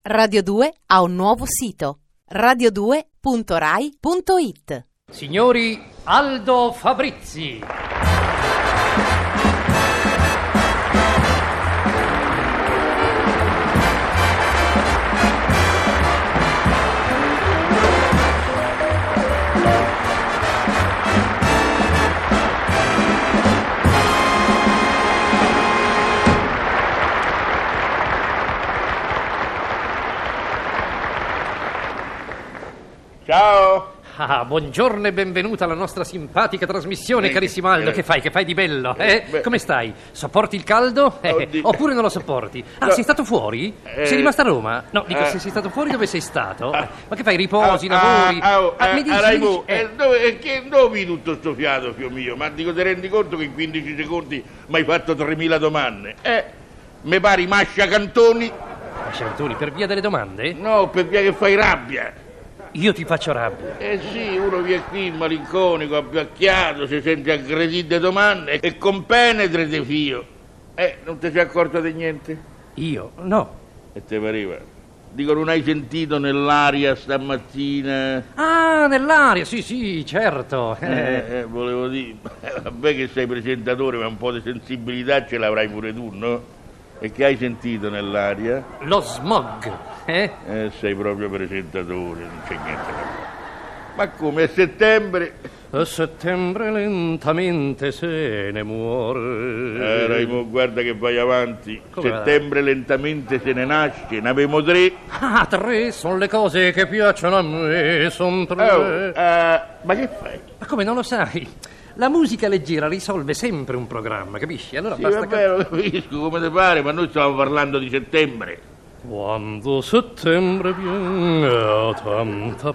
Radio 2 ha un nuovo sito, radio2.rai.it. Signori, Aldo Fabrizi. Ciao! Buongiorno e benvenuta alla nostra simpatica trasmissione, carissimo Aldo. Che fai di bello? Come stai? Sopporti il caldo? Oppure non lo sopporti? No. Sei stato fuori? Sei rimasto a Roma? No, dico, se sei stato fuori, dove sei stato? Ma che fai, riposi, lavori? Mi dici? Dove tutto sto fiato, figlio mio? Ma dico, ti rendi conto che in 15 secondi mi hai fatto 3.000 domande? Me pari Mascia Cantoni? Mascia Cantoni, per via delle domande? No, per via che fai rabbia. Io ti faccio rabbia. Sì, uno viene qui malinconico, abbiacchiato, si sente aggredito da domande e compenetre di fio. Non ti sei accorto di niente? Io? No. E te pareva? Dico, non hai sentito nell'aria stamattina? Ah, nell'aria, sì, certo. Volevo dire, vabbè che sei presentatore, ma un po' di sensibilità ce l'avrai pure tu, no? E che hai sentito nell'aria? Lo smog, Sei proprio presentatore, non c'è niente da fare. Ma come, è settembre? A settembre lentamente se ne muore. Raimo, guarda che vai avanti. Come settembre lentamente se ne nasce, ne avemo 3. Ah, 3 sono le cose che piacciono a me, sono 3. Ma che fai? Ma come, non lo sai? La musica leggera risolve sempre un programma, capisci? Allora Sì, basta vabbè, lo capisco, come ti pare, ma noi stiamo parlando di settembre. Quando settembre viene ho tanta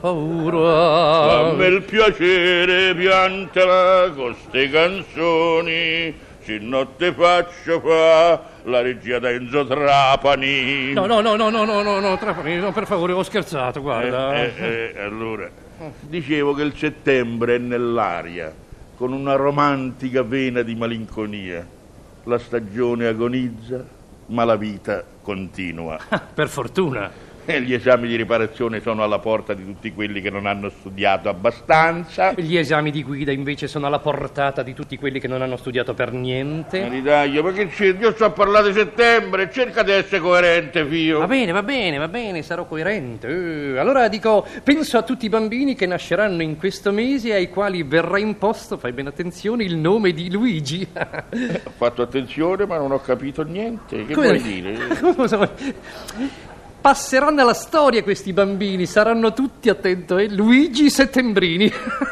paura. Fammi il piacere, piantala con ste canzoni, se non te faccio fa la regia da Enzo Trapani. No, Trapani, no, per favore, ho scherzato, guarda. Allora, dicevo che il settembre è nell'aria, con una romantica vena di malinconia. La stagione agonizza, ma la vita continua. Per fortuna. E gli esami di riparazione sono alla porta di tutti quelli che non hanno studiato abbastanza. Gli esami di guida invece sono alla portata di tutti quelli che non hanno studiato per niente. Maritaglio, ma che c'è? Io sto a parlare di settembre, cerca di essere coerente, figlio. Va bene, sarò coerente. Allora dico, penso a tutti i bambini che nasceranno in questo mese ai quali verrà imposto, fai bene attenzione, il nome di Luigi. Ho fatto attenzione, ma non ho capito niente. Che Come? vuoi dire? Cosa vuoi? Passeranno alla storia questi bambini, saranno tutti, attento, Luigi Settembrini.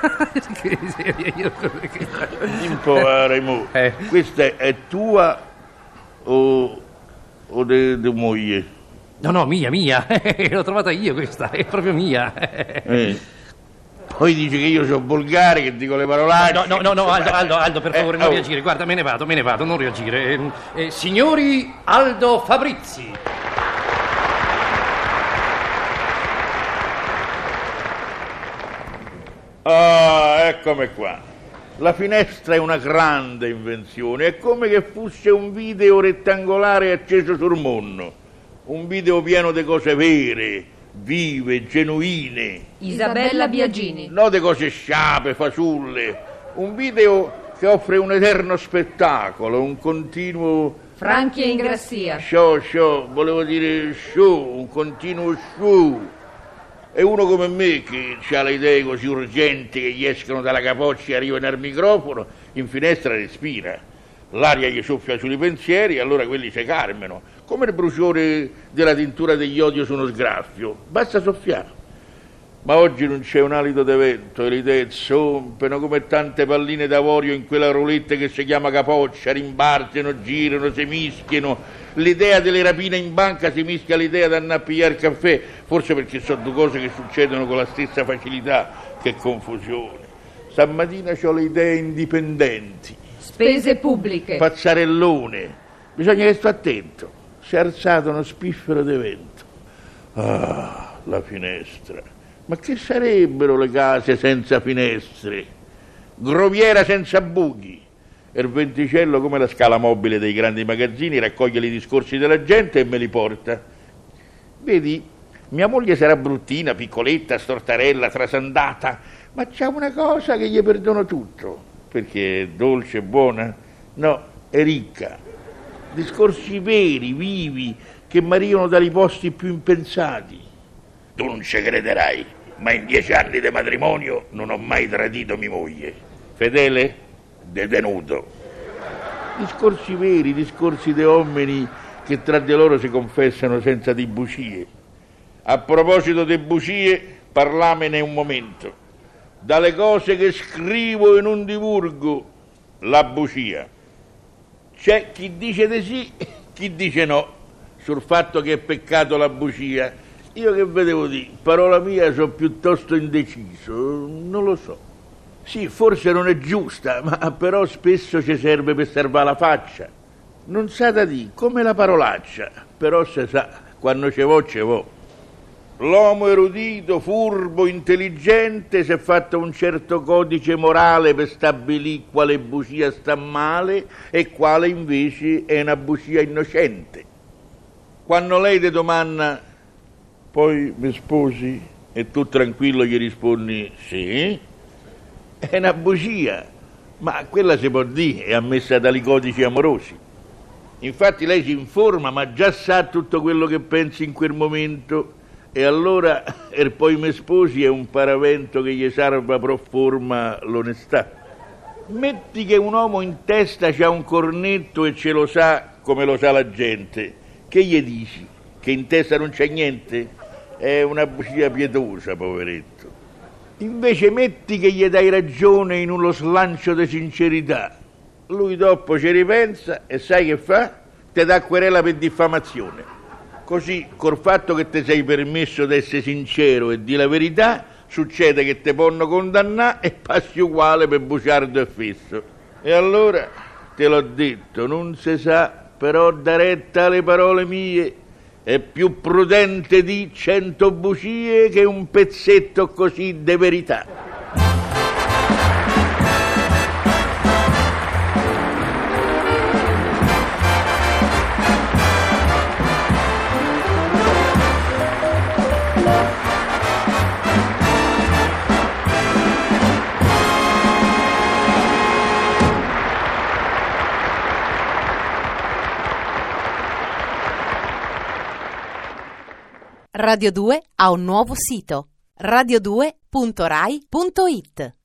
Un po', Raimo, questa è tua o di moglie? No, mia, l'ho trovata io questa, è proprio mia. Poi dice che io sono volgare, che dico le parolacce. No, Aldo, per favore, non reagire, guarda, me ne vado, non reagire. Signori, Aldo Fabrizi. Eccomi qua. La finestra è una grande invenzione, è come che fosse un video rettangolare acceso sul monno, un video pieno di cose vere, vive, genuine. Isabella Biagini. No di cose sciape, fasulle, un video che offre un eterno spettacolo, un continuo... Franchi e Ingrassia. Show, volevo dire show, un continuo show. E uno come me, che ha le idee così urgenti che gli escono dalla capoccia e arrivano al microfono, in finestra respira. L'aria gli soffia sui pensieri e allora quelli si calmano, come il bruciore della tintura degli odio su uno sgraffio. Basta soffiare. Ma oggi non c'è un alito di vento e le idee zompiano come tante palline d'avorio in quella roulette che si chiama capoccia, rimbalzano, girano, si mischiano. L'idea delle rapine in banca si mischia all'idea di andare a pigliare il caffè, forse perché sono due cose che succedono con la stessa facilità. Che confusione. Stamattina ho le idee indipendenti. Spese pubbliche. Pazzarellone. Bisogna che sto attento. Si è alzato uno spiffero di vento. La finestra. Ma che sarebbero le case senza finestre? Groviera senza buchi. E il venticello, come la scala mobile dei grandi magazzini, raccoglie i discorsi della gente e me li porta. Vedi, mia moglie sarà bruttina, piccoletta, stortarella, trasandata, ma c'ha una cosa che gli perdono tutto, perché è dolce, buona, no, è ricca. Discorsi veri, vivi, che m'arrivano dai posti più impensati. Tu non ci crederai, ma in 10 anni di matrimonio non ho mai tradito mia moglie. Fedele? Detenuto. Discorsi veri, discorsi di uomini che tra di loro si confessano senza di bugie. A proposito di bugie, parlamene un momento. Dalle cose che scrivo e non divulgo, la bugia. C'è chi dice di sì, chi dice no, sul fatto che è peccato la bugia. Io che vedevo dire, parola mia, sono piuttosto indeciso, non lo so. Sì, forse non è giusta, ma però spesso ci serve per salvare la faccia. Non sa da dire, come la parolaccia, però se sa, quando ce vo, ce vo. L'uomo erudito, furbo, intelligente si è fatto un certo codice morale per stabilire quale bugia sta male e quale invece è una bugia innocente. Quando lei ti domanda, poi mi sposi? E tu tranquillo gli rispondi, sì, è una bugia, ma quella si può dire, è ammessa dai codici amorosi. Infatti lei si informa, ma già sa tutto quello che pensi in quel momento, e allora poi mi sposi è un paravento che gli salva pro forma l'onestà. Metti che un uomo in testa c'ha un cornetto e ce lo sa come lo sa la gente, che gli dici? Che in testa non c'è niente? È una bugia pietosa, poveretto. Invece metti che gli dai ragione in uno slancio di sincerità, lui dopo ci ripensa e sai che fa? Te dà querela per diffamazione. Così, col fatto che ti sei permesso di essere sincero e di la verità, succede che te possono condannare e passi uguale per bugiardo e fesso. E allora, te l'ho detto, non si sa, però da retta alle parole mie, è più prudente di 100 bugie che un pezzetto così di verità. Radio 2 ha un nuovo sito: radio2.rai.it.